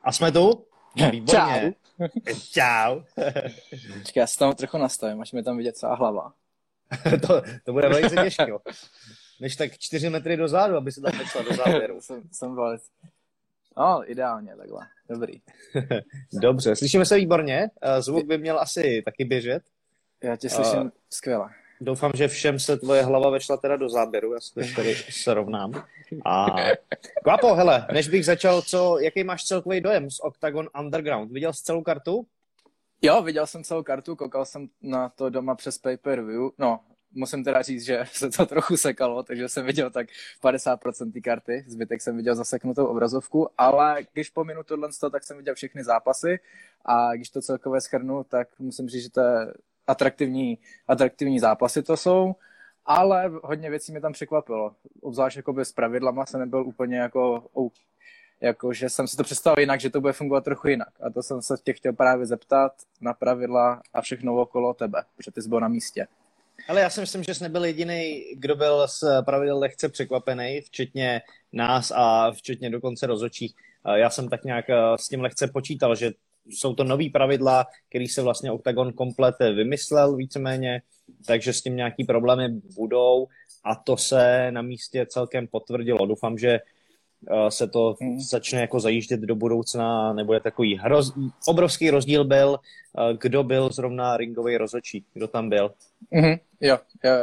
A jsme tu? Výborně. Čau. Počkej, já se tam trochu nastavím, až mi tam vidět celá hlava. to bude velice těžké. Než tak 4 metry dozadu, aby se tam nešla do záběru. jsem velice... No, ideálně takhle. Dobrý. Dobře, slyšíme se výborně. Zvuk by měl asi taky běžet. Já tě slyším skvěle. Doufám, že všem se tvoje hlava vešla teda do záběru. Já se tady srovnám. A Kvapo, hele, než bych začal, jaký máš celkový dojem z Octagon Underground? Viděl jsi celou kartu? Jo, viděl jsem celou kartu, koukal jsem na to doma přes pay-per-view. No, musím teda říct, že se to trochu sekalo, takže jsem viděl tak 50% té karty, zbytek jsem viděl zaseknutou obrazovku, ale když pominu tohle, tak jsem viděl všechny zápasy a když to celkově shrnu, tak musím říct, že to je atraktivní zápasy to jsou, ale hodně věcí mě tam překvapilo. Obzvlášť jakoby s pravidlama se nebyl úplně jako, že jsem si to představil jinak, že to bude fungovat trochu jinak. A to jsem se tě chtěl právě zeptat na pravidla a všechno okolo tebe, protože ty jsi byl na místě. Ale já si myslím, že jsi nebyl jediný, kdo byl z pravidel lehce překvapený, včetně nás a včetně dokonce rozhodčích. Já jsem tak nějak s tím lehce počítal, že jsou to nový pravidla, který se vlastně Octagon komplet vymyslel víceméně, takže s tím nějaký problémy budou a to se na místě celkem potvrdilo. Doufám, že se to začne jako zajíždět do budoucna, nebude takový obrovský rozdíl byl, kdo byl zrovna ringový rozhodčí, kdo tam byl. Jo.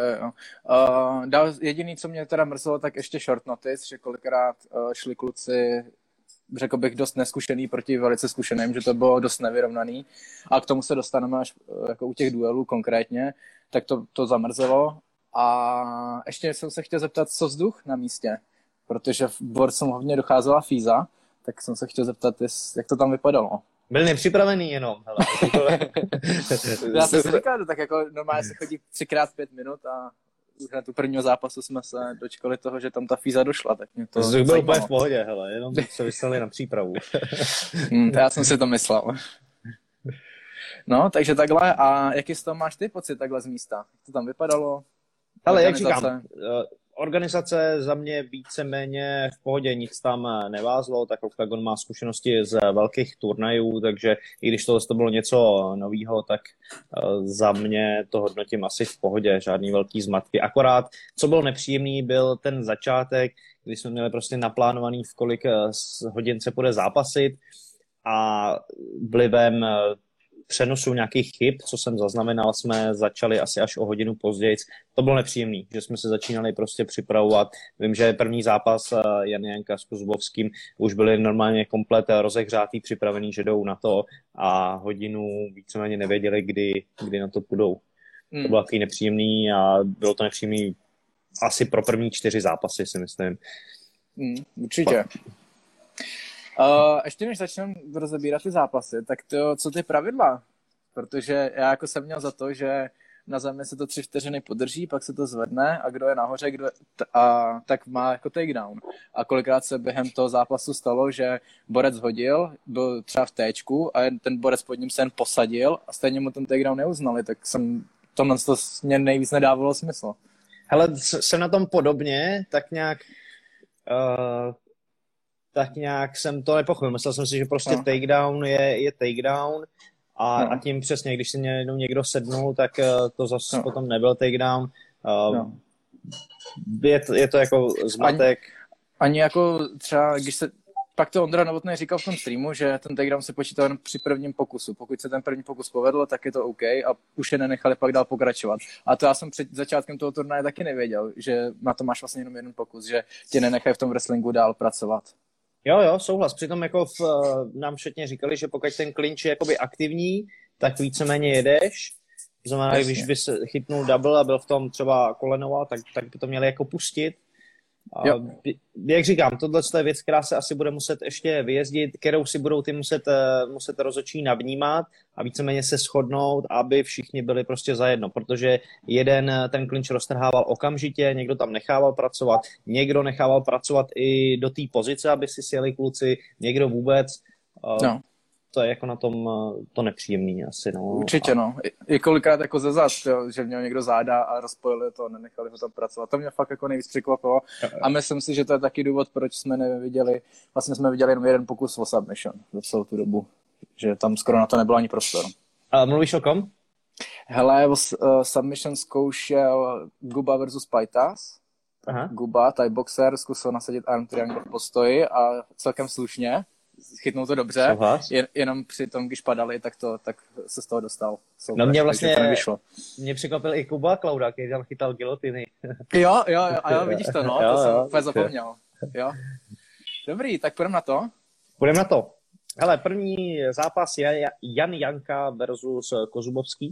Jediný, co mě teda mrzelo, tak ještě short notice, že kolikrát šli kluci, řekl bych, dost neskušený proti velice zkušeným, že to bylo dost nevyrovnaný a k tomu se dostaneme až jako u těch duelů konkrétně, tak to zamrzelo. A ještě jsem se chtěl zeptat, co vzduch na místě, protože v borcům hodně docházela fíza, tak jsem se chtěl zeptat, jak to tam vypadalo. Byl nepřipravený jenom. Hele. Já jsem si říkal, tak jako normálně se chodí 3x5 minut a na tu prvního zápasu jsme se dočkali toho, že tam ta fíza došla, tak mě to byl úplně v pohodě, hele, jenom se vyslali na přípravu. Já jsem si to myslel. No, takže takhle, a jaký z toho máš ty pocit takhle z místa? Jak to tam vypadalo? Hele, jak říkám, organizace za mě víceméně v pohodě, nic tam nevázlo, tak Octagon má zkušenosti z velkých turnajů, takže i když to bylo něco novýho, tak za mě to hodnotím asi v pohodě, žádný velký zmatky. Akorát, co bylo nepříjemný, byl ten začátek, kdy jsme měli prostě naplánovaný, v kolik hodin se bude zápasit a vlivem přenosu nějakých chyb, co jsem zaznamenal, jsme začali asi až o hodinu později. To bylo nepříjemný, že jsme se začínali prostě připravovat. Vím, že první zápas Jan Janka s Kozubovským už byli normálně komplet rozehřátý, připravený, že jdou na to a hodinu víceméně nevěděli, kdy na to půjdou. To bylo takový nepříjemný a bylo to nepříjemný asi pro první 4 zápasy, si myslím. Určitě. Ještě než začneme rozebírat ty zápasy, tak co ty pravidla? Protože já jako jsem měl za to, že na zemi se to 3 vteřiny podrží, pak se to zvedne a kdo je nahoře, tak má jako takedown. A kolikrát se během toho zápasu stalo, že borec hodil, byl třeba v téčku a ten borec pod ním se jen posadil a stejně mu ten takedown neuznali, tak tohle mě nejvíc nedávalo smysl. Hele, jsem na tom podobně, tak nějak jsem to nepochopil. Myslel jsem si, že prostě takedown je takedown a tím přesně, když si někdo sednul, tak to zase potom nebyl takedown. Je to jako zmatek. Ani jako třeba, když se pak to Ondra Novotný říkal v tom streamu, že ten takedown se počítal jen při prvním pokusu. Pokud se ten první pokus povedl, tak je to OK a už je nenechali pak dál pokračovat. A to já jsem před začátkem toho turnaje taky nevěděl, že na to máš vlastně jenom jeden pokus, že tě nenechají v tom wrestlingu dál pracovat. Jo, souhlas. Přitom jako nám všetně říkali, že pokud ten clinch je jakoby aktivní, tak víceméně jedeš. To znamená, když by se chytnul double a byl v tom třeba kolenoval, tak by to měli jako pustit. Jak říkám, tohle je věc, která se asi bude muset ještě vyjezdit, kterou si budou ty muset rozhodčí navnímat a víceméně se shodnout, aby všichni byli prostě zajedno, protože jeden ten clinch roztrhával okamžitě, někdo tam nechával pracovat, někdo nechával pracovat i do té pozice, aby si sjeli kluci, někdo vůbec. to je jako na tom to nepříjemný asi, no. Určitě, no. I kolikrát jako ze zad, že měl někdo záda a rozpojili to, nenechali ho tam pracovat. To mě fakt jako nejvíc překvapilo. A myslím si, že to je taky důvod, proč jsme neviděli, vlastně jsme viděli jenom jeden pokus o submission za celou tu dobu. Že tam skoro na to nebylo ani prostor. A mluvíš o kom? Hele, submission zkoušel Guba versus Pajtas. Guba, Thai boxer, zkusil nasadit arm triangle v postoji a celkem slušně. Chytnul to dobře, jenom při tom, když padali, tak se z toho dostal. No mě vlastně, mě překvapil i Kuba Klauda, který tam chytal gilotiny. Jo, vidíš to, no, to jsem úplně zapomněl. Jo. Dobrý, tak půjdeme na to? Půjdeme na to. Hele, první zápas je Jan Janka versus Kozubovský.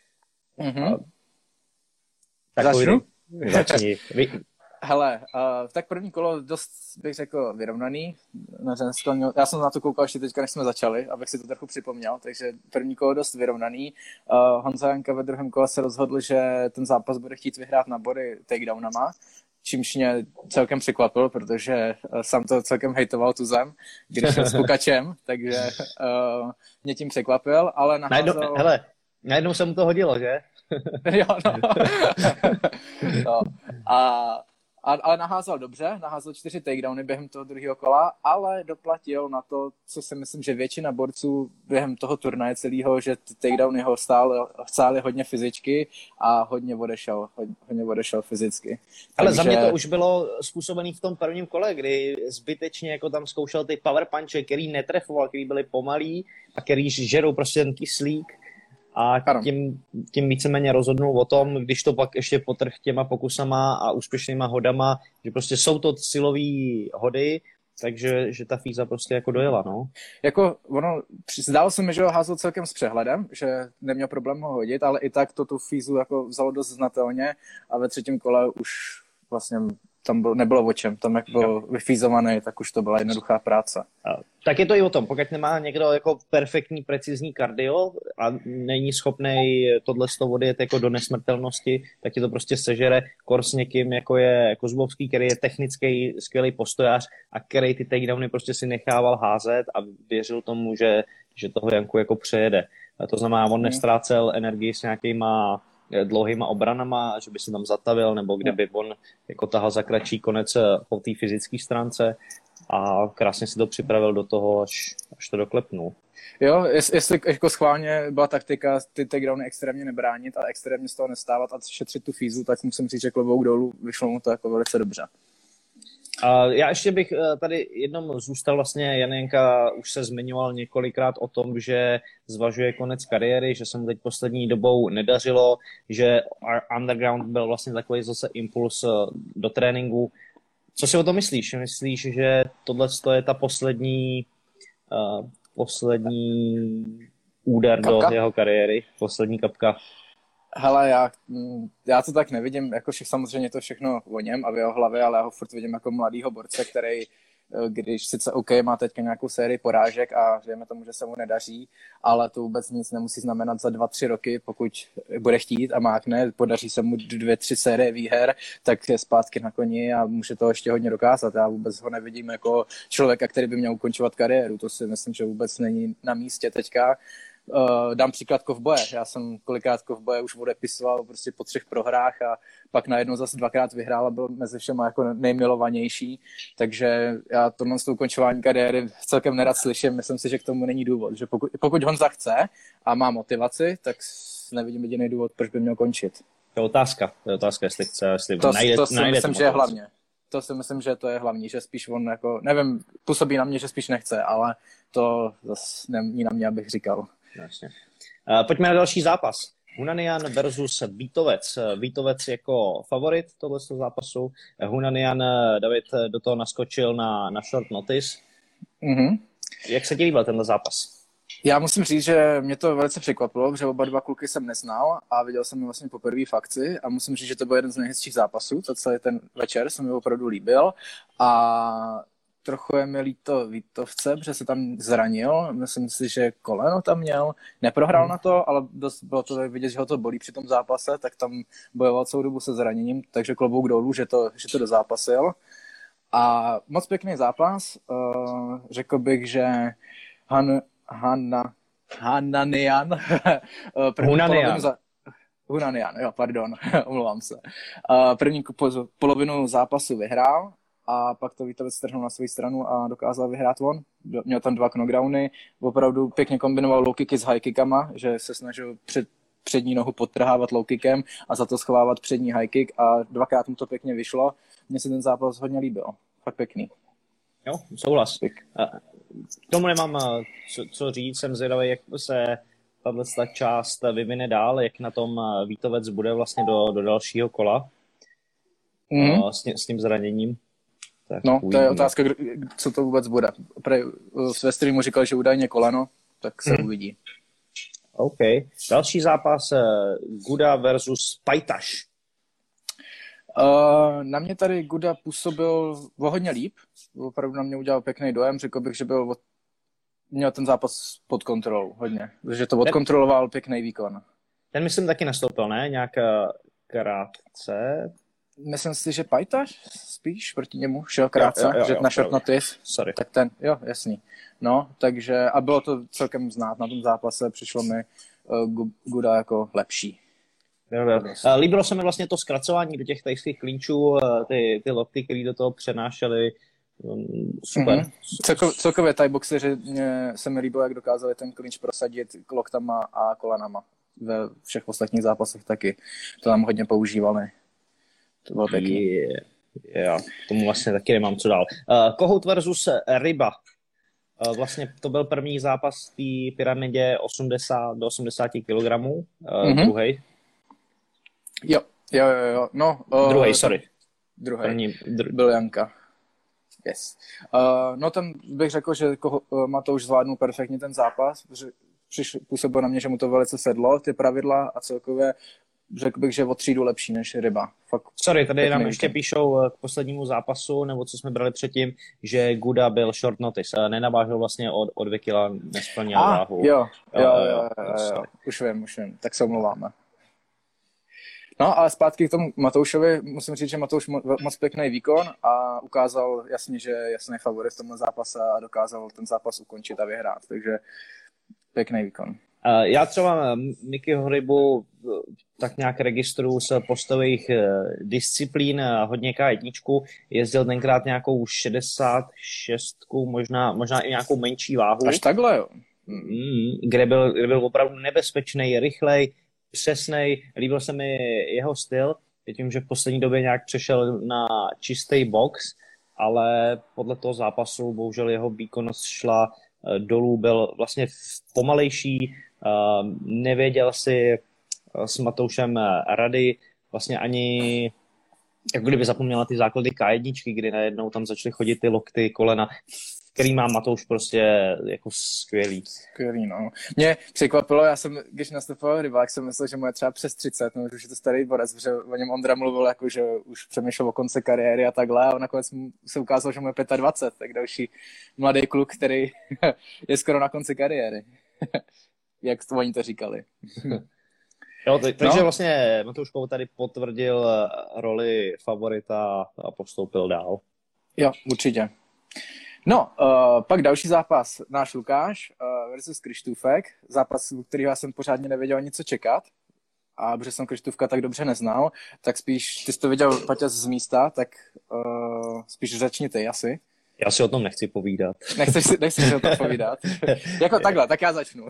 Začnu? Začni. Hele, tak první kolo dost, bych řekl, vyrovnaný. Já jsem na to koukal ještě teďka, než jsme začali, abych si to trochu připomněl, takže první kolo dost vyrovnaný. Honza Janka ve druhém kole se rozhodl, že ten zápas bude chtít vyhrát na body takedownama, čímž mě celkem překvapil, protože sám to celkem hejtoval tu zem, když šel s Pukačem, takže mě tím překvapil, ale naházel... Najednou se mu to hodilo, že? Jo, no. No. Ale naházel dobře, naházel 4 takedowny během toho druhého kola, ale doplatil na to, co si myslím, že většina borců během toho turnaje celého, že ty takedowny ho stály hodně fyzičky a hodně odešel fyzicky. Ale za mě to už bylo způsobené v tom prvním kole, kdy zbytečně jako tam zkoušel ty power punche, který netrefoval, který byly pomalý a který žerou prostě ten kyslík. A tím víceméně rozhodnul o tom, když to pak ještě potrh těma pokusama a úspěšnýma hodama, že prostě jsou to silový hody, takže že ta fíza prostě jako dojela, no. Jako zdálo se mi, že ho házel celkem s přehledem, že neměl problém ho hodit, ale i tak to tu fízu jako vzalo dost znatelně a ve třetím kole už vlastně tam nebylo o čem, tam jak byl vyfízovaný, tak už to byla jednoduchá práce. Tak je to i o tom, pokud nemá někdo jako perfektní, precizní kardio a není schopný tohle odjet jako do nesmrtelnosti, tak ti to prostě sežere s někým, jako je Kozubovský, který je technický, skvělý postojář a který ty takedowny prostě si nechával házet a věřil tomu, že toho Janku jako přejede. A to znamená, on nestrácel energii s nějakýma dlouhýma obranama, že by se tam zatavil, nebo kdyby on jako tahal za kratší konec po té fyzické stránce a krásně si to připravil do toho, až to doklepnul. Jo, jestli jako schválně byla taktika ty takedowny extrémně nebránit a extrémně z toho nestávat a šetřit tu fízu, tak musím říct, že klobouk dolů vyšlo mu to jako velice dobře. Já ještě bych tady jednom zůstal vlastně, Jan Janka už se zmiňoval několikrát o tom, že zvažuje konec kariéry, že se mu teď poslední dobou nedařilo, že underground byl vlastně takový zase impuls do tréninku. Co si o tom myslíš? Myslíš, že tohle je ta poslední úder kapka do jeho kariéry, poslední kapka? Hele, já to tak nevidím, jako samozřejmě to všechno o něm a v jeho hlavě, ale já ho furt vidím jako mladýho borce, který, když sice OK, má teďka nějakou sérii porážek a dejme tomu, že se mu nedaří, ale to vůbec nic nemusí znamenat za 2-3 roky, pokud bude chtít a mákne, podaří se mu 2-3 série výher, tak je zpátky na koni a může to ještě hodně dokázat. Já vůbec ho nevidím jako člověka, který by měl ukončovat kariéru, to si myslím, že vůbec není na místě teďka. Dám příklad kovboje. Já jsem kolikrát kovboje už odepisoval prostě po 3 prohrách a pak najednou zase 2krát vyhrál a byl mezi všema jako nejmilovanější. Takže já tohle z toho ukončování kariéry celkem nerad slyším. Myslím si, že k tomu není důvod. Že pokud Honza chce a má motivaci, tak nevidím jediný důvod, proč by měl končit. To je otázka, jestli chce, jestli najde. To si myslím, že je hlavně. To si myslím, že to je hlavní, že spíš on jako, nevím, působí na mě, že spíš nechce, ale to zase není na mě, abych říkal. Jasně. Pojďme na další zápas. Hunanian versus Vítovec. Vítovec jako favorit tohoto zápasu. Hunanian, David do toho naskočil na short notice. Mm-hmm. Jak se ti líbil tenhle zápas? Já musím říct, že mě to velice překvapilo, protože oba dva kluky jsem neznal a viděl jsem je vlastně poprvé v akci a musím říct, že to byl jeden z nejhezčích zápasů. To celý ten večer se mi opravdu líbil a trochu je mi líto Vítovce, protože se tam zranil. Myslím si, že koleno tam měl. Neprohrál na to, ale dost bylo to vidět, že ho to bolí při tom zápase, tak tam bojoval celou dobu se zraněním, takže klobouk dolů, že to dozápasil. A moc pěkný zápas. Řekl bych, že Hananian. Hunanian, jo, pardon, omlouvám se. První polovinu zápasu vyhrál a pak to Vítavec strhnul na svou stranu a dokázal vyhrát on. Měl tam 2 knockdowny, opravdu pěkně kombinoval low kicky s high kickama, že se snažil přední nohu podtrhávat low kickem a za to schovávat přední high kick a 2krát mu to pěkně vyšlo. Mně se ten zápas hodně líbil, fakt pěkný. Jo, souhlas. K tomu nemám co říct, jsem zvědavý, jak se ta část vyvine dál, jak na tom Vítavec bude vlastně do dalšího kola s tím zraněním. Tak no, to je otázka, co to vůbec bude. Ve streamu říkal, že údajně koleno, tak se uvidí. OK. Další zápas Guda versus Pajtaš. Na mě tady Guda působil hodně líp. Opravdu na mě udělal pěkný dojem. Řekl bych, že měl ten zápas pod kontrolou hodně. Že to odkontroloval pěkný výkon. Ten myslím taky nastoupil, ne? Nějak krátce. Myslím si, že Pajtaš spíš proti němu šel krátce, že na short notice. Sorry. Tak ten, jo, jasný. No, takže, a bylo to celkem znát na tom zápase, přišlo mi Guda jako lepší. Líbilo se mi vlastně to zkracování do těch tajských klinčů, ty lokty, které do toho přenášely. Super. Celkově thai boxeři se mi líbilo, jak dokázali ten klinč prosadit loktama a kolenama. Ve všech ostatních zápasech taky. To tam hodně používali. To bylo pěkný. Já tomu vlastně taky nemám co dál. Kohout versus Ryba. Vlastně to byl první zápas v té pyramidě 80 do 80 kg. Druhý. Jo. No, druhý, sorry. Druhý. Byl Janka. Yes. No tam bych řekl, že Matouš zvládnul perfektně ten zápas. Působilo na mě, že mu to velice sedlo, ty pravidla a celkově řekl bych, že o třídu lepší než Ryba. Fakt. Sorry, tady nám ještě píšou k poslednímu zápasu, nebo co jsme brali předtím, že Guda byl short notice. Nenavážil vlastně o 2 kila, nesplnil váhu. Jo. Už vím. Tak se omlouváme. No a zpátky k tomu Matoušovi, musím říct, že Matouš moc pěkný výkon a ukázal jasně, že je jasný favorit v tomhle zápase a dokázal ten zápas ukončit a vyhrát, takže pěkný výkon. Já třeba Mickeyho Rybu tak nějak registruju z postových disciplín, hodně K1, jezdil tenkrát nějakou 66, možná i nějakou menší váhu. Až takhle, jo. Kde byl opravdu nebezpečný, rychlej, přesnej, líbil se mi jeho styl, tím, že v poslední době nějak přešel na čistý box, ale podle toho zápasu bohužel jeho výkonnost šla dolů, byl vlastně pomalejší, nevěděl si s Matoušem rady, vlastně ani jako kdyby zapomněl na ty základy K1, kdy najednou tam začaly chodit ty lokty, kolena, který má Matouš prostě jako skvělý. Skvělý, no. Mě překvapilo, když nastupoval Rybák, jsem myslel, že mu je třeba přes 30, no, už je to starý borec, protože o něm Ondra mluvil, jako, že už přemýšlel o konci kariéry a takhle, a nakonec se ukázalo, že mu je 25, tak další mladý kluk, který je skoro na konci kariéry. Jak to oni to říkali. Jo, takže vlastně Matouš Kohout tady potvrdil roli favorita a postoupil dál. Jo, určitě. No, pak další zápas, náš Lukáš versus Krištůfek, zápas, u kterého já jsem pořádně nevěděl ani co čekat, a protože jsem Krištůfka tak dobře neznal, tak spíš, ty jsi to viděl, Paťa, z místa, tak spíš začni ty asi. Já si o tom nechci povídat. Nechceš si o tom povídat? Jako takhle, tak já začnu.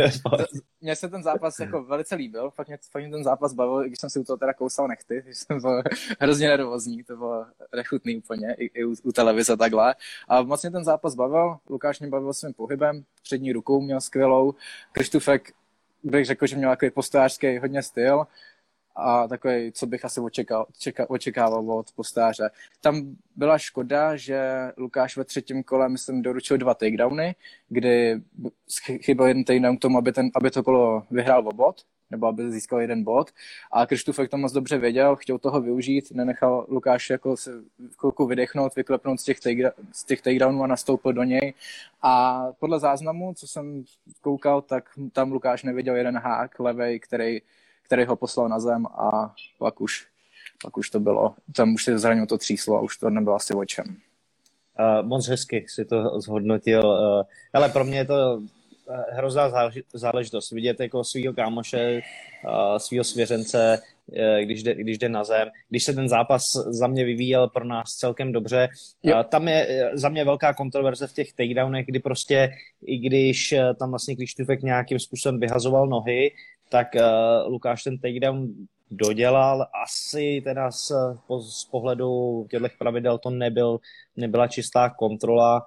Mně se ten zápas jako velice líbil, fakt mě ten zápas bavil, i když jsem si u toho teda kousal nechty, že jsem byl hrozně nervózní, to bylo nechutný úplně, i u televize takhle. A moc mě ten zápas bavil, Lukáš mě bavil svým pohybem, přední rukou měl skvělou, Krištůfek bych řekl, že měl takový postojářský hodně styl, a takový, co bych asi očekával od postáře. Tam byla škoda, že Lukáš ve třetím kole, myslím, doručil 2 takedowny, kdy chyběl jeden takedown k tomu, aby to kolo vyhrál o bod, nebo aby získal 1 bod. A Krištůfek to moc dobře věděl, chtěl toho využít, nenechal Lukáš jako se chvilku vydechnout, vyklepnout z těch takedownů a nastoupil do něj. A podle záznamu, co jsem koukal, tak tam Lukáš neviděl jeden hák levej, který ho poslal na zem, a pak už to bylo, tam už se zranil to tříslo a už to nebylo asi o čem. Moc hezky si to zhodnotil. Ale pro mě je to hrozná záležitost. Vidět jako svýho kámoše, svýho svěřence, když jde na zem. Když se ten zápas za mě vyvíjel pro nás celkem dobře, tam je za mě velká kontroverze v těch takedownech, kdy prostě, i když tam vlastně Kryštůfek nějakým způsobem vyhazoval nohy, tak Lukáš ten takedown dodělal. Asi teda z pohledu těchto pravidel to nebyla čistá kontrola.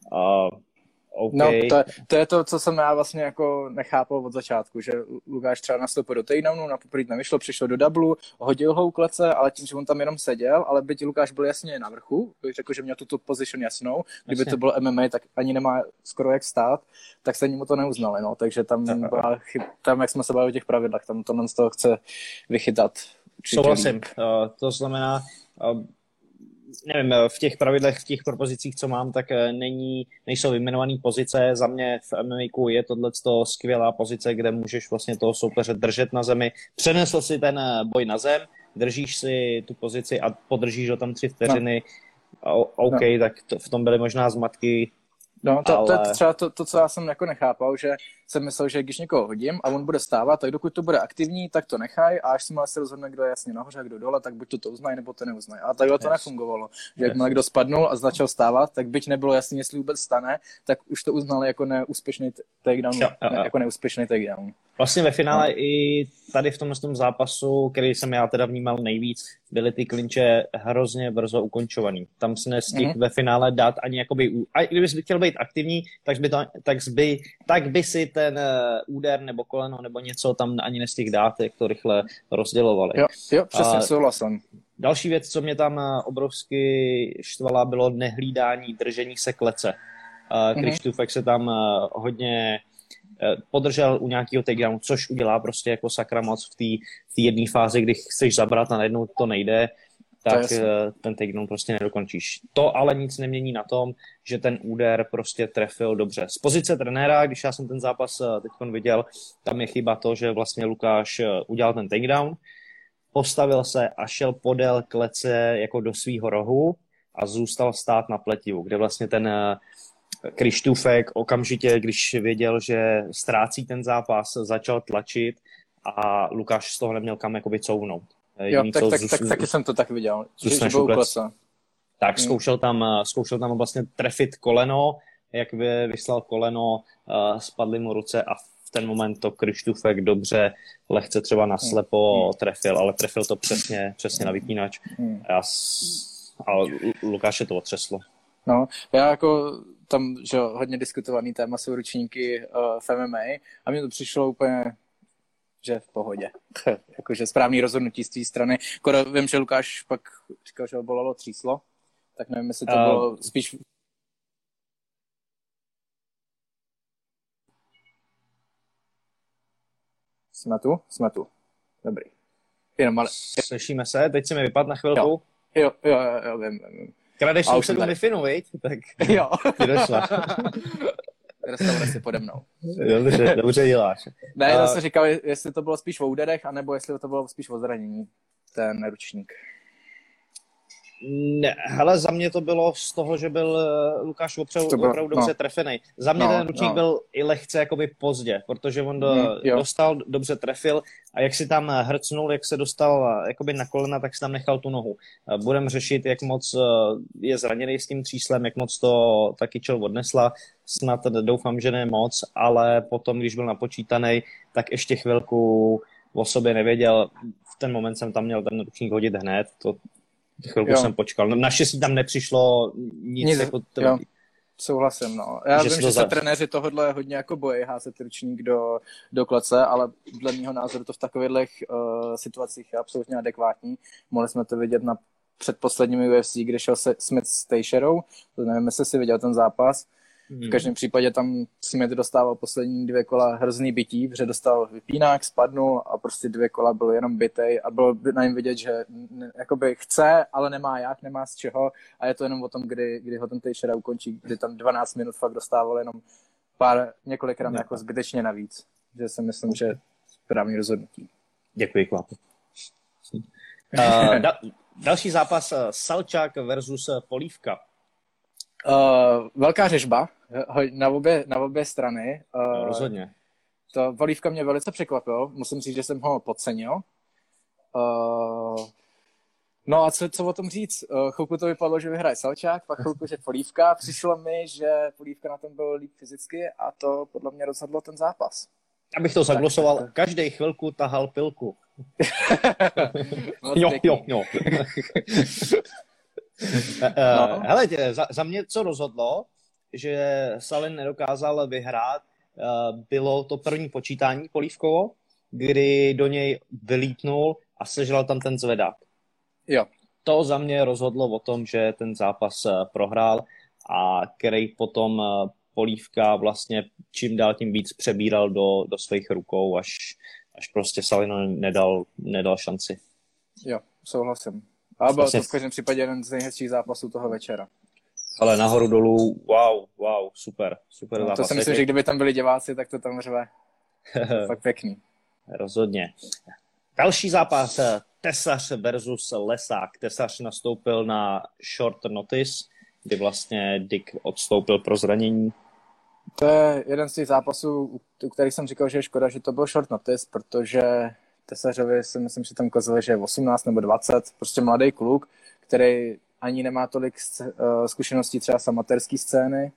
Okay. No, to je to, co jsem já vlastně jako nechápal od začátku, že Lukáš třeba nastoupil do takedownu, na poprvé nevyšlo, přišel do dublu, hodil ho u klece, ale tím, že on tam jenom seděl, ale byť Lukáš byl jasně na vrchu, bych řekl, že měl tu position jasnou, kdyby to bylo MMA, tak ani nemá skoro jak stát, tak se mu to neuznali, no, takže tam byla tam, jak jsme se bavili o těch pravidlech, tam to z toho chce vychytat. Souhlasím, to znamená, nevím, v těch pravidlech, v těch propozicích, co mám, tak nejsou vyjmenované pozice. Za mě v MMA je tohleto skvělá pozice, kde můžeš vlastně toho soupeře držet na zemi. Přenesl si ten boj na zem, držíš si tu pozici a podržíš ho tam 3 vteřiny. OK, tak v tom byly možná zmatky. No, to je třeba to, co já jsem jako nechápal, že jsem myslel, že když někoho hodím a on bude stávat, tak dokud to bude aktivní, tak to nechaj a až se rozhodne, kdo je jasně nahoře a kdo dole, tak buď to uznají, nebo to neuznají. A takhle to nefungovalo. Že jakmile kdo spadnul a začal stávat, tak byť nebylo jasný, jestli vůbec stane, tak už to uznali jako neúspěšný takedown. Jako neúspěšný takedown. Vlastně ve finále i tady v tomhle zápasu, který jsem já teda vnímal nejvíc, byly ty klinče hrozně brzo ukončovaný. Tam se nestihl ve finále dát ani jakoby... A kdybys chtěl být aktivní, tak by si ten úder nebo koleno nebo něco tam ani nestihl dát, jak to rychle rozdělovali. Jo, přesně, souhlasím. Další věc, co mě tam obrovsky štvala, bylo nehlídání, držení se klece. Kryštůfek se tam hodně podržel u nějakého takedownu, což udělá prostě jako sakra moc v té jedné fázi, kdy chceš zabrat a najednou to nejde, tak ten takedown prostě nedokončíš. To ale nic nemění na tom, že ten úder prostě trefil dobře. Z pozice trenéra, když já jsem ten zápas teď viděl, tam je chyba to, že vlastně Lukáš udělal ten takedown, postavil se a šel podél klece jako do svýho rohu a zůstal stát na pletivu, kde vlastně ten Kryštůfek okamžitě, když věděl, že ztrácí ten zápas, začal tlačit a Lukáš z toho neměl kam jakoby couvnout. Jo, taky jsem to tak viděl, že byl u klece. Tak zkoušel tam vlastně trefit koleno, jak vyslal koleno, spadly mu ruce a v ten moment to Kryštůfek dobře, lehce třeba naslepo trefil, ale trefil to přesně na vypínač. A Lukáše to otřeslo. No, já jako tam, že hodně diskutovaný téma jsou ručníky v MMA a mně to přišlo úplně, že v pohodě. Jakože správný rozhodnutí z té strany. Vím, že Lukáš pak říkal, že ho bolelo tříslo, tak nevím, jestli to bylo spíš... Jsme tu. Dobrý. Jenom ale... Slyšíme se, teď si mi vypadl na chvilku. Jo, vím. Kradeš sousedu Wi-Fi, viď? Tak jo. Ty došla. Restauraci pode mnou. Dobře děláš. Ne, zase říkal, jestli to bylo spíš o úderech, anebo jestli to bylo spíš o zranění, ten ručník. Ne, hele, za mě to bylo z toho, že byl Lukáš opravdu dobře trefený. Za mě ten ručník byl i lehce jakoby pozdě, protože on dostal, dobře trefil a jak si tam hrcnul, jak se dostal jakoby na kolena, tak si tam nechal tu nohu. Budeme řešit, jak moc je zraněný s tím tříslem, jak moc to ta kyčel odnesla. Snad doufám, že ne moc, ale potom, když byl napočítaný, tak ještě chvilku o sobě nevěděl. V ten moment jsem tam měl ten ručník hodit hned, chvilku jsem počkal. Naštěstí tam nepřišlo nic jako... Souhlasím, no. Já vím, že se trenéři tohodle hodně jako bojí házet ručník do klece, ale dle mýho názoru to v takových situacích je absolutně adekvátní. Mohli jsme to vidět na předposledním UFC, kde šel Smith s Teixeirou. To nevím, jestli si viděl ten zápas. V každém případě tam Smith dostával poslední 2 kola hrozný bití, protože dostal vypínák, spadnul a prostě 2 kola byl jenom bitej a bylo na něm vidět, že jakoby chce, ale nemá jak, nemá z čeho a je to jenom o tom, kdy ho ten Teixeira ukončí, kdy tam 12 minut fakt dostával jenom několikrát jako zbytečně navíc. Že si myslím, že správný rozhodnutí. Děkuji, Kvapo. Další zápas Salčák versus Polívka. Velká řežba na obě strany. No, rozhodně. To Polívka mě velice překvapil. Musím říct, že jsem ho podcenil. No a co o tom říct? Chvilku to vypadlo, že vyhraje Salčák, pak chvilku, že Polívka. Přišlo mi, že Polívka na tom byl líp fyzicky a to podle mě rozhodlo ten zápas. Abych to zaglosoval, každý chvilku tahal pilku. Jo. No. Hele, za mě co rozhodlo, že Salin nedokázal vyhrát, bylo to první počítání Polívkovo, kdy do něj vylítnul a sežral tam ten zvedák. Jo. To za mě rozhodlo o tom, že ten zápas prohrál a který potom Polívka vlastně čím dál tím víc přebíral do svých rukou, až prostě Salino nedal šanci. Jo, souhlasím. A byl to v každém případě jeden z nejhezčích zápasů toho večera. Ale nahoru dolů, wow, super zápas. To si myslím, že kdyby tam byli diváci, tak to tam řve. Fakt pěkný. Rozhodně. Další zápas, Tesař versus Lesák. Tesař nastoupil na short notice, kdy vlastně Dick odstoupil pro zranění. To je jeden z těch zápasů, u kterých jsem říkal, že je škoda, že to byl short notice, protože Tesařovi si myslím, že tam ukazuje, že je 18 nebo 20, prostě mladý kluk, který ani nemá tolik zkušeností třeba z amatérské scény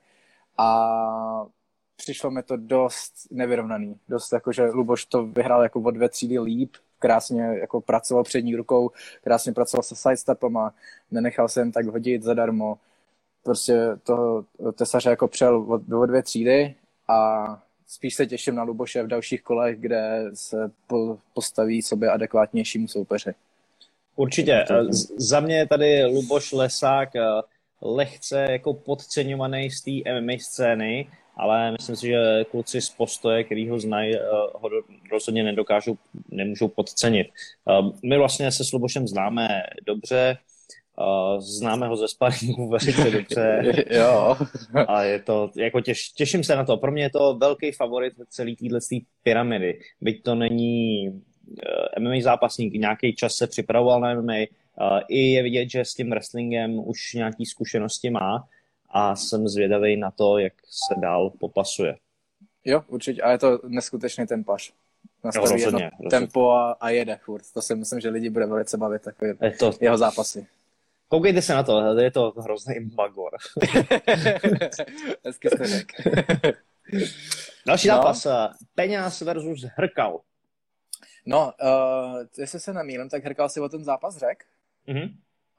a přišlo mi to dost nevyrovnaný. Dost jako, že Luboš to vyhrál jako o 2 třídy líp, krásně jako pracoval přední rukou, krásně pracoval se sidestepama, nenechal se jen tak hodit zadarmo. Prostě toho Tesaře jako přel o 2 třídy a spíš se těším na Luboše v dalších kolech, kde se postaví sobě adekvátnějšímu soupeři. Určitě. Za mě je tady Luboš Lesák lehce jako podceňovaný z té MMA scény, ale myslím si, že kluci z Postoje, který ho znají, ho rozhodně nemůžou podcenit. My vlastně se s Lubošem známe dobře, známe ho ze sparingu velice dobře. Jo. A je to, jako těším se na to. Pro mě je to velký favorit celý této pyramidy. Byť to není MMA zápasník, nějaký čas se připravoval na MMA, i je vidět, že s tím wrestlingem už nějaký zkušenosti má a jsem zvědavý na to, jak se dál popasuje. Jo, určitě. A je to neskutečný tempař. Nastaví jedno tempo a jede furt. To si myslím, že lidi bude velice bavit, takový jeho zápasy. Koukejte se na to, je to hrozný magor. Hezky jste řekl. Další zápas, Peňáz versus Hrkal. No, jestli se nemýlím, tak Hrkal si o ten zápas řekl. Mm-hmm.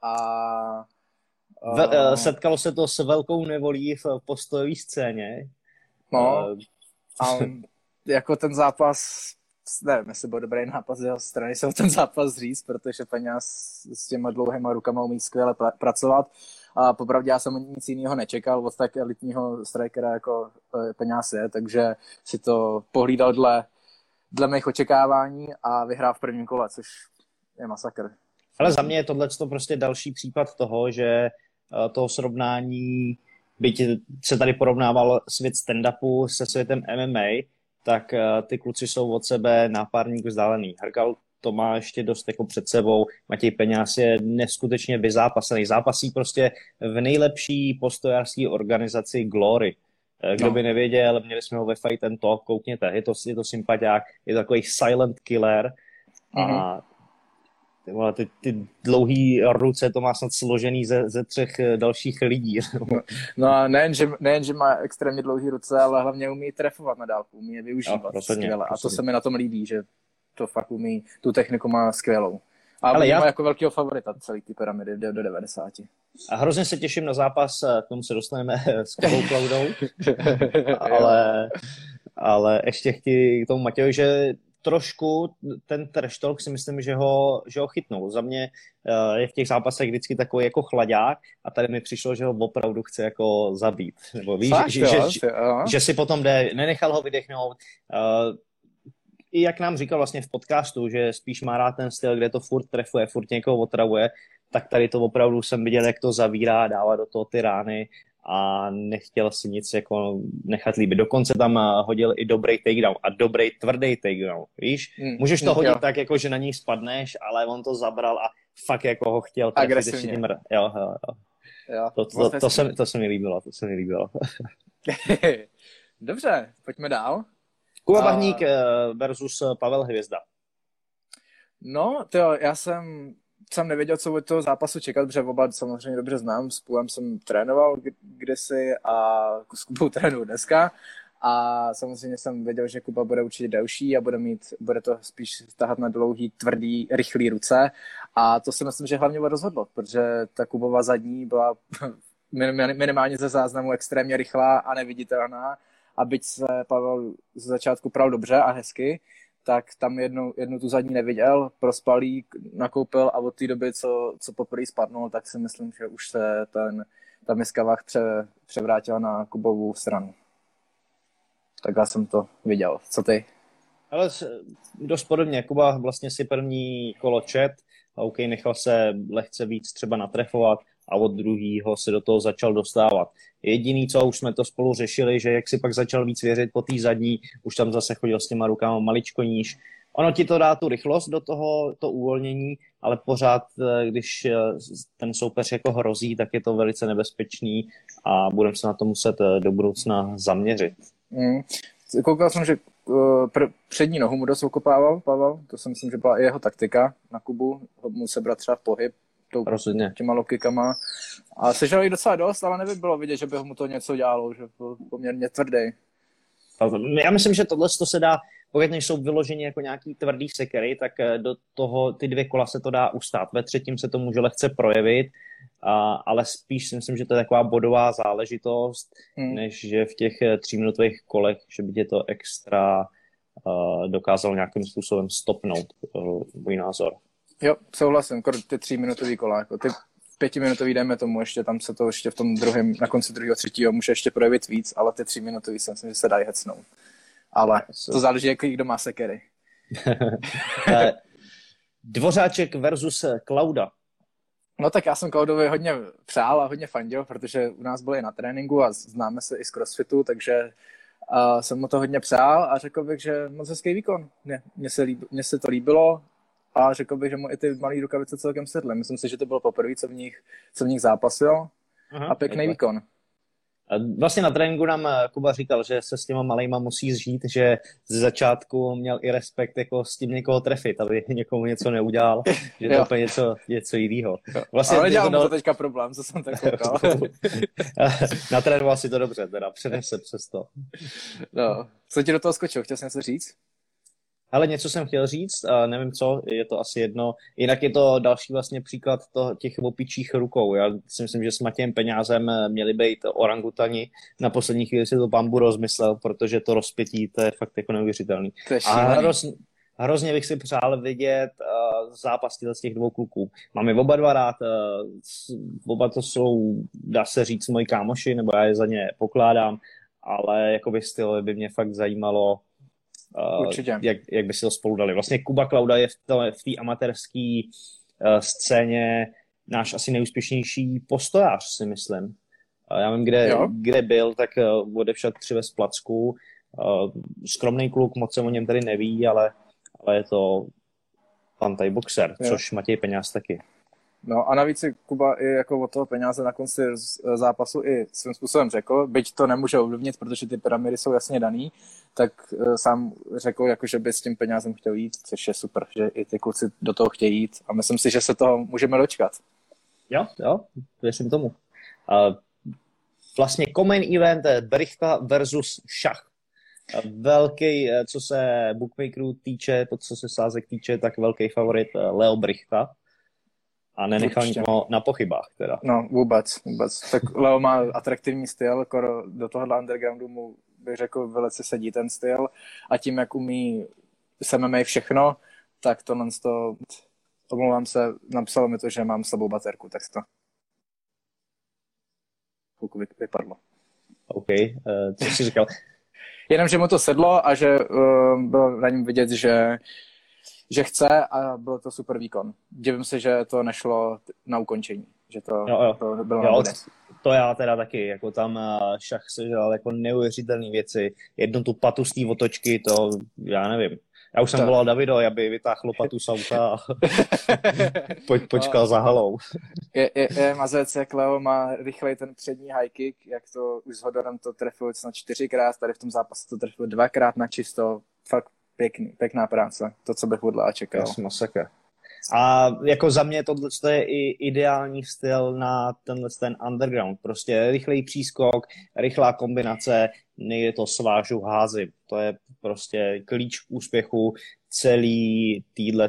A setkalo se to s velkou nevolí v postojové scéně. No, a jako ten zápas, nevím, jestli byl dobrý nápad z jeho strany se o ten zápas říct, protože Peňáz s těma dlouhýma rukama umí skvěle pracovat a popravdě já jsem nic jiného nečekal od tak elitního strikera jako Peňáz je, takže si to pohlídal dle mých očekávání a vyhrál v prvním kole, což je masakr. Ale za mě je tohleto prostě další případ toho, že toho srovnání, byť se tady porovnával svět stand-upu se světem MMA, tak ty kluci jsou od sebe na párník vzdálený. Hrkal to má ještě dost jako před sebou. Matěj Peňáz je neskutečně vyzápasený. Zápasí prostě v nejlepší postojářské organizaci Glory. Kdo by nevěděl, měli jsme ho ve Fight and Talk, koukněte. Je to sympatiák, je to takový silent killer. A ty dlouhý ruce to má snad složený ze 3 dalších lidí. No a nejen, že má extrémně dlouhý ruce, ale hlavně umí trefovat na dálku, umí je využívat skvěle. A to se mi na tom líbí, že to fakt umí, tu techniku má skvělou. A ale má jako velkýho favorita celý ty pyramidy do 90. A hrozně se těším na zápas, k tomu se dostaneme s Kubou Klaudou. ale ještě chci k tomu Matějovi, že trošku ten trash talk si myslím, že ho chytnul. Za mě je v těch zápasech vždycky takový jako chlaďák a tady mi přišlo, že ho opravdu chce jako zabít. Nebo víš, že si potom jde, nenechal ho vydechnout. I jak nám říkal vlastně v podcastu, že spíš má rád ten styl, kde to furt trefuje, furt někoho otravuje, tak tady to opravdu jsem viděl, jak to zavírá, dává do toho ty rány a nechtěl si nic jako nechat líbit. Dokonce tam hodil i dobrý takedown a dobrý tvrdý takedown, víš? Můžeš to hodit tak, jako že na něj spadneš, ale on to zabral a fakt jako ho chtěl. Agresivně. Jo. Jo, To se mi líbilo. Dobře, pojďme dál. Kuba Bahník versus Pavel Hvězda. No, já jsem nevěděl, co od toho zápasu čekat, protože oba samozřejmě dobře znám. S Pulem jsem trénoval kdysi a s Kubou trénuju dneska. A samozřejmě jsem věděl, že Kuba bude určitě delší a bude to spíš tahat na dlouhý, tvrdý, rychlý ruce. A to si myslím, že hlavně rozhodlo, protože ta Kubova zadní byla minimálně ze záznamu extrémně rychlá a neviditelná. A byť se Pavel ze začátku pral dobře a hezky, tak tam jednu tu zadní neviděl, prospal jí, nakoupil a od té doby, co poprvé spadnul, tak si myslím, že už se ta miska vah převrátila na Kubovu stranu. Tak já jsem to viděl. Co ty? Ale dost podobně. Kuba vlastně si první kolo čet a OK, nechal se lehce víc třeba natrefovat a od druhého se do toho začal dostávat. Jediný, co už jsme to spolu řešili, že jak si pak začal víc věřit po té zadní, už tam zase chodil s těma rukama maličko níž. Ono ti to dá tu rychlost do toho, to uvolnění, ale pořád, když ten soupeř jako hrozí, tak je to velice nebezpečný a budeme se na to muset do budoucna zaměřit. Koukal jsem, že přední nohu mu dost okopával Pavel, to si myslím, že byla i jeho taktika na Kubu, mu sebrat třeba pohyb těma lokikama a sežral jich docela dost, ale bylo vidět, že by mu to něco dělalo, že byl poměrně tvrdý. Já myslím, že tohle se dá, pokud nejsou vyloženi jako nějaký tvrdý sekery, tak do toho ty 2 kola se to dá ustát. Ve třetím se to může lehce projevit, ale spíš si myslím, že to je taková bodová záležitost, než že v těch 3minutových kolech, že by tě to extra dokázalo nějakým způsobem stopnout, můj názor. Jo, souhlasím, ty 3-minutový kola, jako ty 5-minutový dejme tomu, ještě tam se to ještě v tom druhém, na konci druhého, třetího může ještě projevit víc, ale ty 3-minutový si myslím, že se dají hecnout. Ale to záleží, jaký kdo má sekery. Dvořáček versus Klauda. No tak já jsem Klaudovi hodně přál a hodně fandil, protože u nás byli na tréninku a známe se i z crossfitu, takže jsem mu to hodně přál a řekl bych, že moc hezký výkon. Mně se to líbilo a řekl bych, že mu i ty malý rukavice celkem sedly. Myslím si, že to bylo poprvé, co v nich zápasil. A pěkný výkon. Vlastně na tréninku nám Kuba říkal, že se s těma malejma musí zžít, že ze začátku měl i respekt jako s tím někoho trefit, aby někomu něco neudělal, že to je úplně něco jiného. Vlastně ale dělal mu to teďka problém, co jsem tak koukal. Natrénoval si to dobře, teda přenese přes to. No. Co ti do toho skočil? Chtěl jsi něco říct? Ale něco jsem chtěl říct, nevím co, je to asi jedno. Jinak je to další vlastně příklad těch opičích rukou. Já si myslím, že s Matějem Peňázem měli být orangutani. Na poslední chvíli si to Bambu rozmyslel, protože to rozpětí, to je fakt jako neuvěřitelný. A hrozně bych si přál vidět zápas z těch 2 kluků. Mám je oba 2 rád, oba to jsou, dá se říct, moji kámoši, nebo já je za ně pokládám, ale jakoby styl by mě fakt zajímalo, jak by si to spolu dali. Vlastně Kuba Klauda je v té amatérské scéně náš asi nejúspěšnější postojář, si myslím. Já vím, kde byl, tak odevšel 3 ve Splacku. Skromný kluk, moc se o něm tady neví, ale je to pan taj boxer, což Matěj Peňáz taky. No a navíc si Kuba i jako od toho Peňáze na konci zápasu i svým způsobem řekl, byť to nemůže ovlivnit, protože ty pyramidy jsou jasně daný, tak sám řekl, jako, že by s tím Peňázem chtěl jít, což je super, že i ty kluci do toho chtějí jít a myslím si, že se toho můžeme dočkat. Jo, věřím tomu. Vlastně common event Brichta versus Šach. Velký, co se bookmakerů týče, co se sázek týče, tak velký favorit Leo Brichta. A nenechal nikoho na pochybách teda. No, vůbec. Tak Leo má atraktivní styl, do tohohle undergroundu mu bych řekl, velice sedí ten styl a tím, jak umí s MMA všechno, tak tohle to, omlouvám se, napsalo mi to, že mám slabou baterku, tak to chvilku vypadlo. OK, co jsi říkal? Jenom, že mu to sedlo a že bylo na něm vidět, že chce a byl to super výkon. Divím se, že to nešlo na ukončení, že to bylo na bodech. To já teda taky, jako tam Šach se dělal jako neuvěřitelné věci. Jednu tu patu z té otočky, to já nevím. Já už jsem volal Davido, aby vytáhl lopatu z auta a počkal za halou. Je mazec, jak Leo má rychlej ten přední high kick, jak to už s Hodorem to trefil snad 4krát, tady v tom zápase to trefil 2krát na čisto, fakt pěkná práce, to, co bych hodlá čekal. Masakr. A jako za mě tohle je i ideální styl na ten underground. Prostě rychlej přískok, rychlá kombinace, nejde to svážu házím. To je prostě klíč k úspěchu celý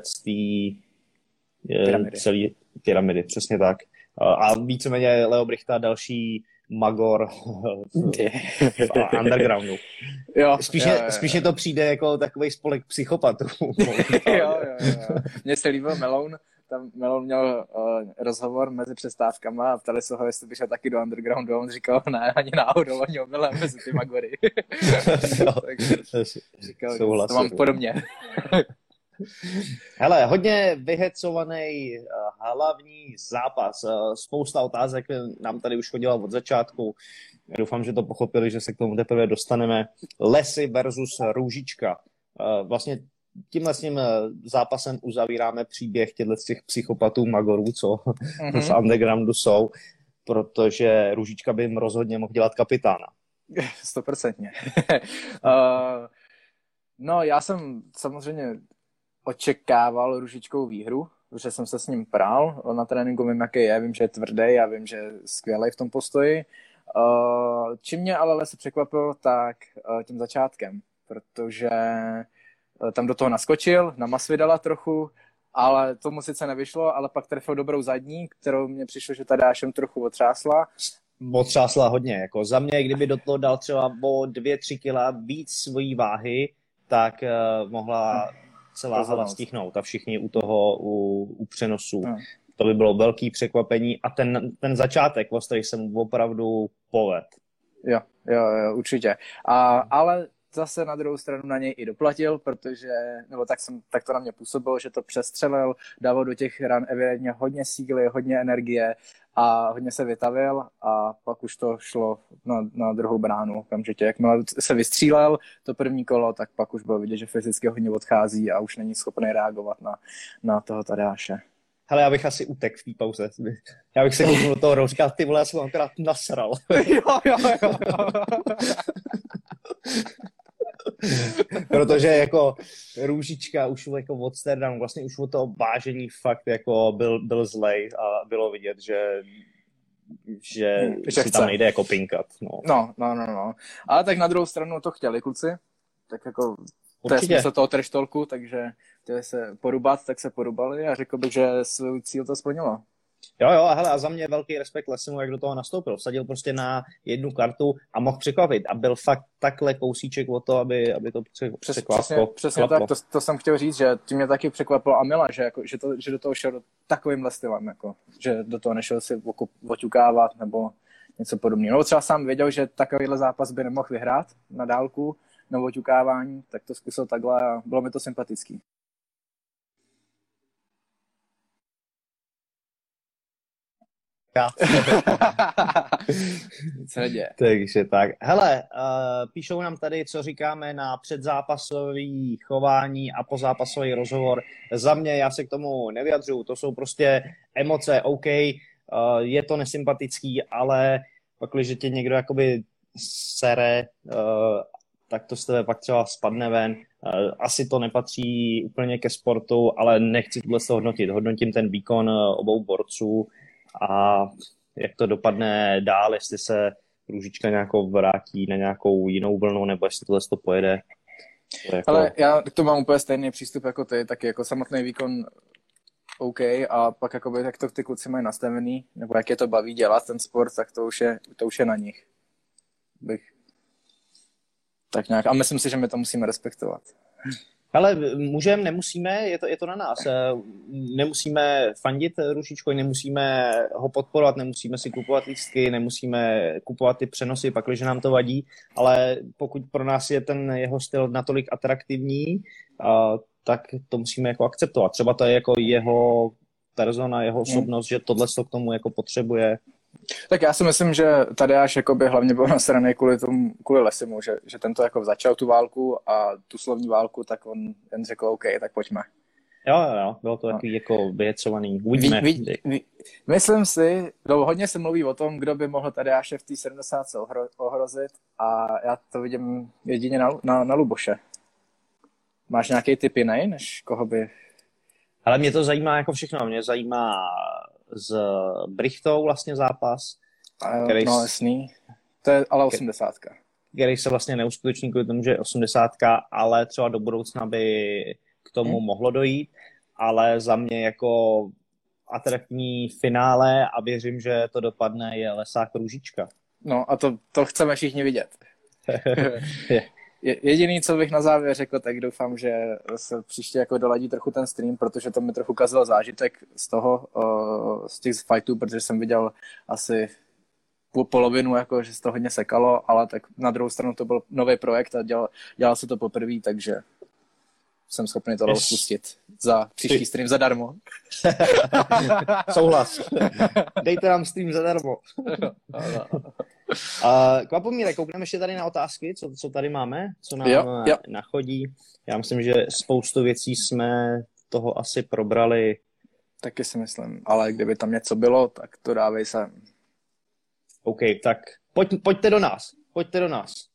pyramidy, přesně tak. A víceméně Leo Brichta další magor v undergroundu. Jo, spíše to přijde jako takovej spolek psychopatů. jo. Mně se líbil Meloun. Tam Meloun měl rozhovor mezi přestávkama a ptali se ho, jestli by šel taky do undergroundu a on říkal, ne, ani náhodou, ani omylem mezi ty magory. Takže říkal, to mám podobně. Hele, hodně vyhecovaný hlavní zápas. Spousta otázek nám tady už chodila od začátku. Doufám, že to pochopili, že se k tomu teprve dostaneme. Lesy versus Růžička. Vlastně tímhle s tím zápasem uzavíráme příběh těch psychopatů magorů, co z undergroundu jsou, protože Růžička by jim rozhodně mohl dělat kapitána. 100%. No, já jsem samozřejmě očekával Růžičkou výhru, protože jsem se s ním prál. Na tréninku vím, jaký je, vím, že je tvrdý a vím, že je skvělej v tom postoji. Čím mě ale se překvapil, tak tím začátkem, protože tam do toho naskočil, na Masvidala trochu, ale tomu sice nevyšlo, ale pak trefil dobrou zadní, kterou mně přišlo, že Tadeášem trochu otřásla. Otřásla hodně. Jako za mě, kdyby do toho dal třeba o 2-3 kila víc svojí váhy, tak mohla celá hala stihnout a všichni u toho, u přenosu. To by bylo velký překvapení a ten začátek, který jsem opravdu povedl. Jo, určitě. Ale zase na druhou stranu na něj i doplatil, protože, nebo tak to na mě působilo, že to přestřelil, dával do těch ran evidentně hodně síly, hodně energie a hodně se vytavil a pak už to šlo na druhou bránu okamžitě. Jakmile se vystřílel to první kolo, tak pak už bylo vidět, že fyzicky hodně odchází a už není schopný reagovat na toho Tadeáše. Hele, já bych asi utekl v té pauze. Já bych se kouknul do toho Růžička, ty vole, já jsem akorát nasral. Jo. Protože jako Růžička už jako od startdown, vlastně už od toho vážení fakt jako byl zlej a bylo vidět, že si tam nejde jako pinkat. No. Ale tak na druhou stranu to chtěli kluci, tak jako to je smysl toho trash talku, takže chtěli se porubat, tak se porubali a řekl bych, že svůj cíl to splnilo. Jo, a hele, a za mě velký respekt Lesimu, jak do toho nastoupil. Vsadil prostě na jednu kartu a mohl překvapit. A byl fakt takhle kousíček o to, aby to překvapilo. Přesně tak, to jsem chtěl říct, že tím mě taky překvapilo Amila, že do toho šel takovýmhle stylem, jako, že do toho nešel si oťukávat nebo něco podobného. No třeba sám věděl, že takovýhle zápas by nemohl vyhrát na dálku na oťukávání, tak to zkusil takhle a bylo mi to sympatický. Takže tak. Hele, píšou nám tady, co říkáme na předzápasový chování a pozápasový rozhovor. Za mě, já se k tomu nevyjadřuju, to jsou prostě emoce, OK, je to nesympatický, ale pak, když tě někdo jakoby sere, tak to z tebe pak třeba spadne ven. Asi to nepatří úplně ke sportu, ale nechci tohle hodnotit. Hodnotím ten výkon obou borců a jak to dopadne dál, jestli se Růžička nějakou vrátí na nějakou jinou vlnu, nebo jestli tohle to pojede. Ale já k tomu mám úplně stejný přístup jako ty, taky jako samotný výkon OK a pak jakoby, jak to ty kluci mají nastavený, nebo jak je to baví dělat ten sport, tak to už je na nich. Tak nějak. A myslím si, že my to musíme respektovat. Ale můžeme, nemusíme, je to na nás. Nemusíme fandit Růžičkovi, nemusíme ho podporovat, nemusíme si kupovat lístky, nemusíme kupovat ty přenosy, pakliže nám to vadí, ale pokud pro nás je ten jeho styl natolik atraktivní, tak to musíme jako akceptovat. Třeba to je jako jeho persona, jeho osobnost, že tohle k tomu jako potřebuje. Tak já si myslím, že Tadeáš jakoby hlavně byl nasranej kvůli Lesimu, že tento jako začal tu válku a tu slovní válku, tak on jen řekl OK, tak pojďme. Jo, bylo to takový jako vyjecovaný. Uvidíme. Myslím si, hodně se mluví o tom, kdo by mohl Tadeáše v té 70 ohrozit a já to vidím jedině na Luboše. Máš nějaký tip jiný, než koho by... Ale mě to zajímá jako všechno. Mě zajímá s Brichtou vlastně zápas. No jasný. To je ale 80. Který se vlastně neuskuteční kvůli tomu, že je 80, ale třeba do budoucna by k tomu mohlo dojít. Ale za mě jako atraktivní finále a věřím, že to dopadne je Lesák Růžička. No a to chceme všichni vidět. Jediný, co bych na závěr řekl, tak doufám, že se příště jako doladí trochu ten stream, protože to mi trochu kazilo zážitek z těch fightů, protože jsem viděl asi polovinu, jako, že se to hodně sekalo, ale tak na druhou stranu to byl nový projekt a dělal se to poprvé, takže jsem schopný tohle spustit za příští stream zadarmo. Souhlas. Dejte nám stream zadarmo. Kvapomíre, koukneme ještě tady na otázky, co tady máme, co nám nachodí. Já myslím, že spoustu věcí jsme toho asi probrali. Taky si myslím, ale kdyby tam něco bylo, tak to dávej sem. OK, tak pojďte do nás. Pojďte do nás.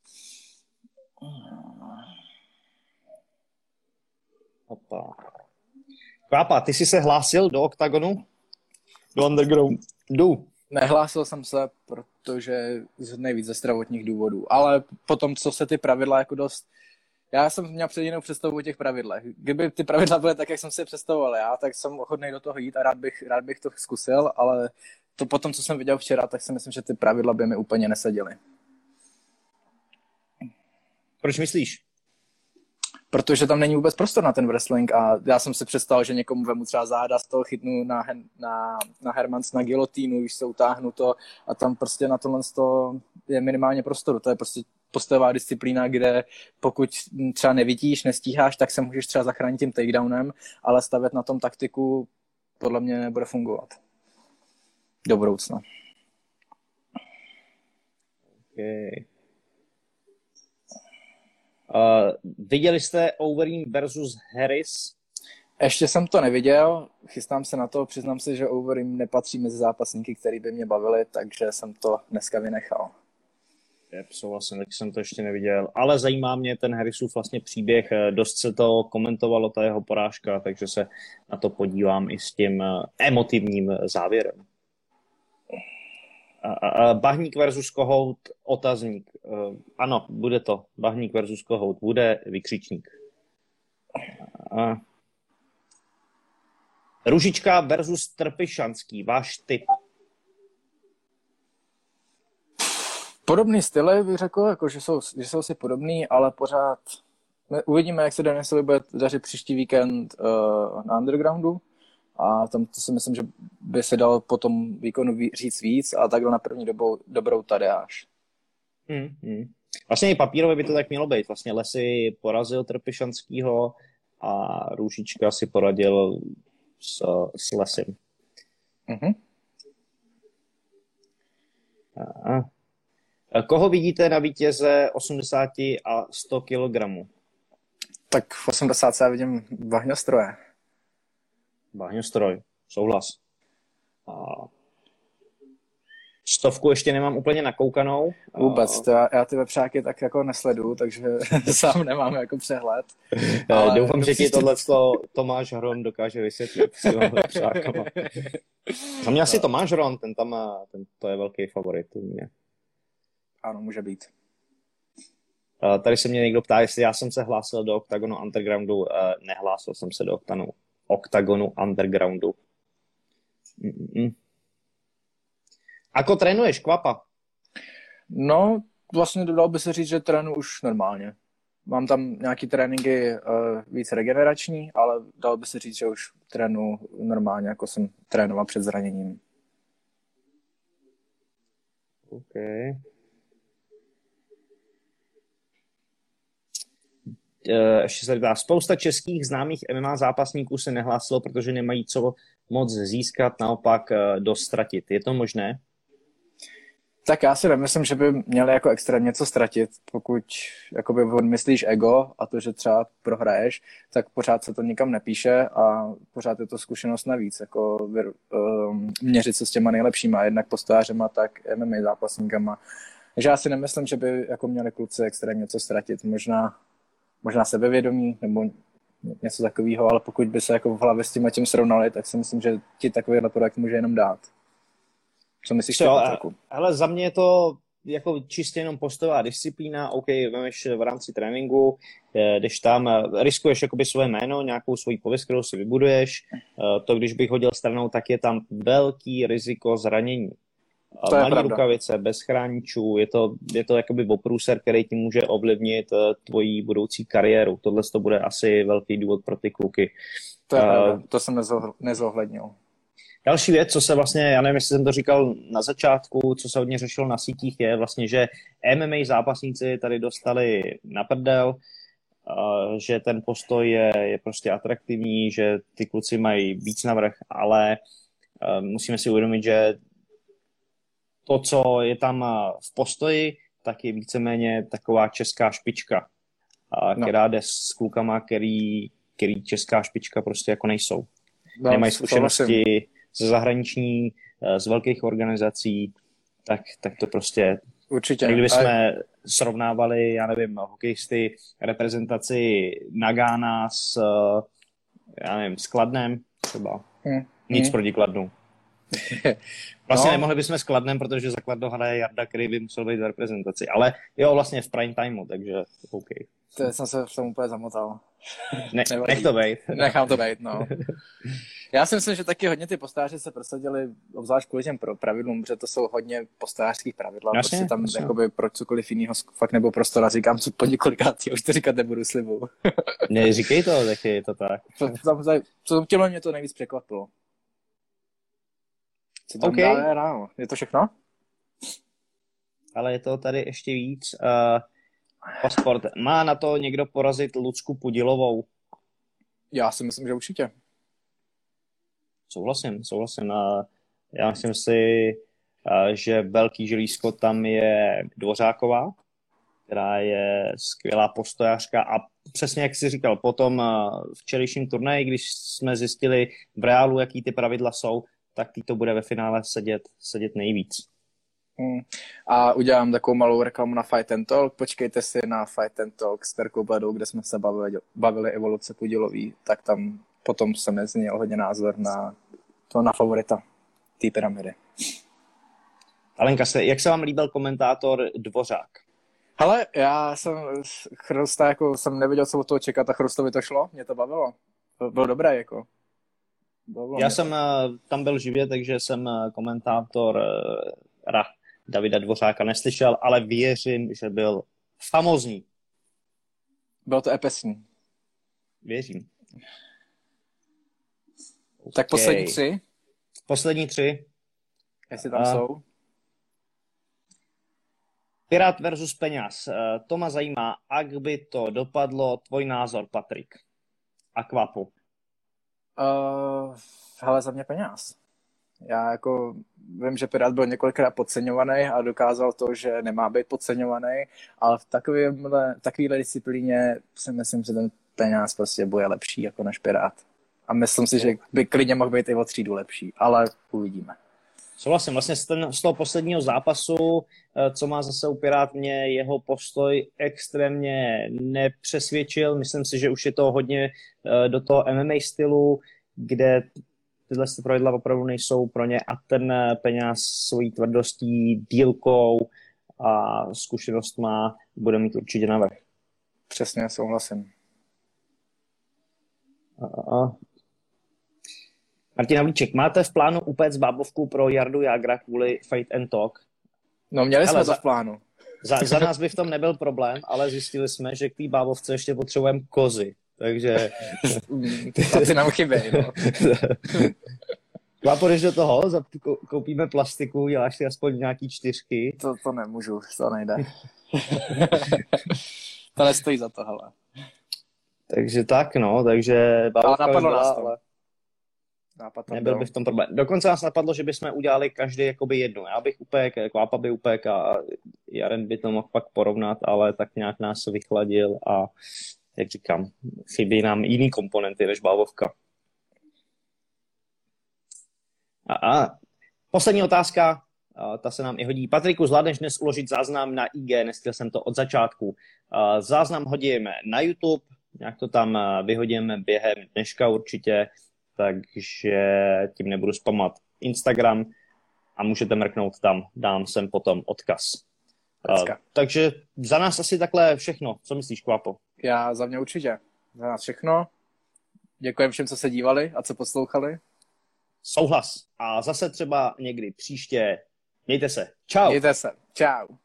Opa. Kvápa, ty jsi se hlásil do OKTAGONu? Do Undergroundu? Nehlásil jsem se, protože nejvíc ze zdravotních důvodů, ale potom, co se ty pravidla jako dost... Já jsem měl před jinou představu o těch pravidlech. Kdyby ty pravidla byly tak, jak jsem si je představoval já, tak jsem ochotný do toho jít a rád bych to zkusil, ale to potom, co jsem viděl včera, tak si myslím, že ty pravidla by mi úplně neseděly. Proč myslíš? Protože tam není vůbec prostor na ten wrestling a já jsem si představil, že někomu vemu třeba záda, z toho chytnu na Hermans, na gilotínu, když se utáhnu to a tam prostě na tohle je minimálně prostoru. To je prostě postojová disciplína, kde pokud třeba nevidíš, nestíháš, tak se můžeš třeba zachránit tím takedownem, ale stavět na tom taktiku podle mě nebude fungovat. Do budoucna. Okay. Viděli jste Overeem versus Harris? Ještě jsem to neviděl, chystám se na to, přiznám si, že Overeem nepatří mezi zápasníky, který by mě bavili, takže jsem to dneska vynechal. Souhlasím, taky jsem to ještě neviděl, ale zajímá mě ten Harrisův vlastně příběh, dost se to komentovalo, ta jeho porážka, takže se na to podívám i s tím emotivním závěrem. Bahník versus Kohout, otazník. Ano, bude to. Bahník versus Kohout, bude vykřičník. Růžička versus Trpišanský, váš tip. Podobný styly bych řekl, jako, že jsou si podobný, ale pořád uvidíme, jak se Denisovi bude dařit příští víkend na Undergroundu. A tam to si myslím, že by se dal po tom výkonu říct víc a takhle na první dobrou Tadeáš. Vlastně i papírově by to tak mělo být. Vlastně Lesy porazil Trpišanskýho a Růžička si poradil s Lesem. Koho vidíte na vítěze 80 a 100 kg? Tak v 80 já vidím Bahňostroje. Bahňostroj, souhlas. A 100 ještě nemám úplně nakoukanou. Vůbec, já ty vepřáky tak jako nesleduju, takže sám nemám jako přehled. Ale doufám, že ti tohleto Tomáš Hron dokáže vysvětlit. Za mě asi Tomáš Hron, to je velký favorit u mě. Ano, může být. Tady se mě někdo ptá, jestli já jsem se hlásil do OKTAGONu Undergroundu. Nehlásil jsem se do OKTAGONu Undergroundu. Ako trénuješ, Kvapa? No, vlastně dalo by se říct, že trénuji už normálně. Mám tam nějaký tréninky víc regenerační, ale dalo by se říct, že už trénuji normálně, jako jsem trénoval před zraněním. OK. Ještě se dá. Spousta českých známých MMA zápasníků se nehlásilo, protože nemají co moc získat, naopak dost ztratit. Je to možné? Tak já si nemyslím, že by měli jako extrémně co ztratit, pokud jakoby odmyslíš ego a to, že třeba prohraješ, tak pořád se to nikam nepíše a pořád je to zkušenost navíc, jako měřit se s těma nejlepšíma, jednak postojářema, tak MMA zápasníkama. Takže já si nemyslím, že by jako měli kluci extrémně co ztratit, možná sebevědomí nebo něco takového, ale pokud by se jako v hlavě s tím srovnali, tak si myslím, že ti takovýhle projekt může jenom dát. Co myslíš ty, Patriku? Hele, za mě je to jako čistě jenom postová disciplína, OK, vemeš v rámci tréninku, jdeš tam, riskuješ jakoby svoje jméno, nějakou svoji pověst, kterou si vybuduješ, to když bych hodil stranou, tak je tam velký riziko zranění. Malý rukavice, bez chráničů, je to jakoby oprůser, který ti může ovlivnit tvoji budoucí kariéru. Tohle to bude asi velký důvod pro ty kluky. To je pravda, to jsem nezohlednil. Další věc, co se vlastně, já nevím, jestli jsem to říkal na začátku, co se hodně řešilo na sítích, je vlastně, že MMA zápasníci tady dostali na prdel, že ten postoj je prostě atraktivní, že ty kluci mají víc navrch, ale musíme si uvědomit, že to, co je tam v postoji, tak je víceméně taková česká špička, která jde s klukama, který česká špička prostě jako nejsou. Nemají zkušenosti ze zahraniční, z velkých organizací, tak to prostě... Určitě. Kdyby jsme srovnávali, já nevím, hokejisty, reprezentaci Nagana s, já nevím, s Kladnem třeba. Nic proti Kladnu. Vlastně nemohli bychom s Kladnem, protože za Kladno hraje Jarda, který by musel být v reprezentaci. Ale jo, vlastně v prime timeu, takže OK. To jsem se v tom úplně zamotal. Nech to bejt. Nechám to bejt, no. Já si myslím, že taky hodně ty postáři se prosadili, obzvlášť kvůli těm pravidlům, že to jsou hodně postářských pravidla. Jasně, prostě tam jakoby pro cokoliv jiného fakt nebo prostora. Říkám, co po několikátý, už to říkat nebudu, slibu. Ne, říkej to, tak je to tak. Co tělo mě to nejvíc překvapilo. Co tam dále ráno? Je to všechno? Ale je to tady ještě víc. Pasport. Má na to někdo porazit Lucku Pudilovou? Já si myslím, že určitě. Souhlasím. Já myslím si, že velký želízko tam je Dvořáková, která je skvělá postojářka a přesně jak jsi říkal, potom v včerejším turnaji, když jsme zjistili v reálu, jaký ty pravidla jsou, tak to bude ve finále sedět nejvíc. A udělám takovou malou reklamu na Fight and Talk. Počkejte si na Fight and Talk s Terkou Bledou, kde jsme se bavili evoluce Pudilový, tak tam potom jsem nezměnil hodně názor na favorita té pyramidy. Alenka, jak se vám líbil komentátor Dvořák? Hele, já jsem Chrusta, jako jsem nevěděl, co od toho čekat a Chrustovi to šlo, mě to bavilo. Bylo dobré, jako. Já jsem tam byl živě, takže jsem komentátor Davida Dvořáka neslyšel, ale věřím, že byl famózní. Bylo to epesní. Věřím. Tak poslední 3. Poslední 3. Jestli tam jsou. Pirát versus peněz. To mě zajímá, jak by to dopadlo, tvoj názor, Patrik. Akvapu. Hele, za mě peněz. Já jako vím, že Pirát byl několikrát podceňovaný a dokázal to, že nemá být podceňovaný, ale v takovéhle disciplíně si myslím, že ten peněz prostě bude lepší jako náš Pirát. A myslím si, že by klidně mohl být i o třídu lepší, ale uvidíme. Souhlasím, vlastně z toho posledního zápasu, co má zase u Pirát, mě jeho postoj extrémně nepřesvědčil. Myslím si, že už je to hodně do toho MMA stylu, kde tyhle pravidla opravdu nejsou pro ně a ten peněz svojí tvrdostí, dílkou a zkušenost má, bude mít určitě navrch. Přesně, souhlasím. Martin Havlíček, máte v plánu upéct bábovku pro Jardu Jágra kvůli Fight and Talk? No, měli jsme to v plánu. Za nás by v tom nebyl problém, ale zjistili jsme, že k té bábovce ještě potřebujeme kozy. Takže... Ty nám chybějí, no. Půjdeš do toho, koupíme plastiku, děláš si aspoň nějaký 4. To nemůžu, to nejde. To nestojí za to, hele. Takže tak, no, takže bábovka napadlo nás to. Nebyl by v tom problém. Dokonce nás napadlo, že bychom udělali každý jakoby jednu. Já bych upek, Kvápa by upek a Jaren by to mohl pak porovnat, ale tak nějak nás vychladil a jak říkám, chybí nám jiný komponenty než bávovka. Poslední otázka, ta se nám i hodí. Patriku, zvládneš dnes uložit záznam na IG? Nestihl jsem to od začátku. Záznam hodíme na YouTube, nějak to tam vyhodíme během dneška určitě, takže tím nebudu spamovat Instagram a můžete mrknout tam, dám sem potom odkaz. Takže za nás asi takhle všechno. Co myslíš, Kvapo? Já za mě určitě. Za nás všechno. Děkujem všem, co se dívali a co poslouchali. Souhlas. A zase třeba někdy příště. Mějte se. Čau. Mějte se. Čau.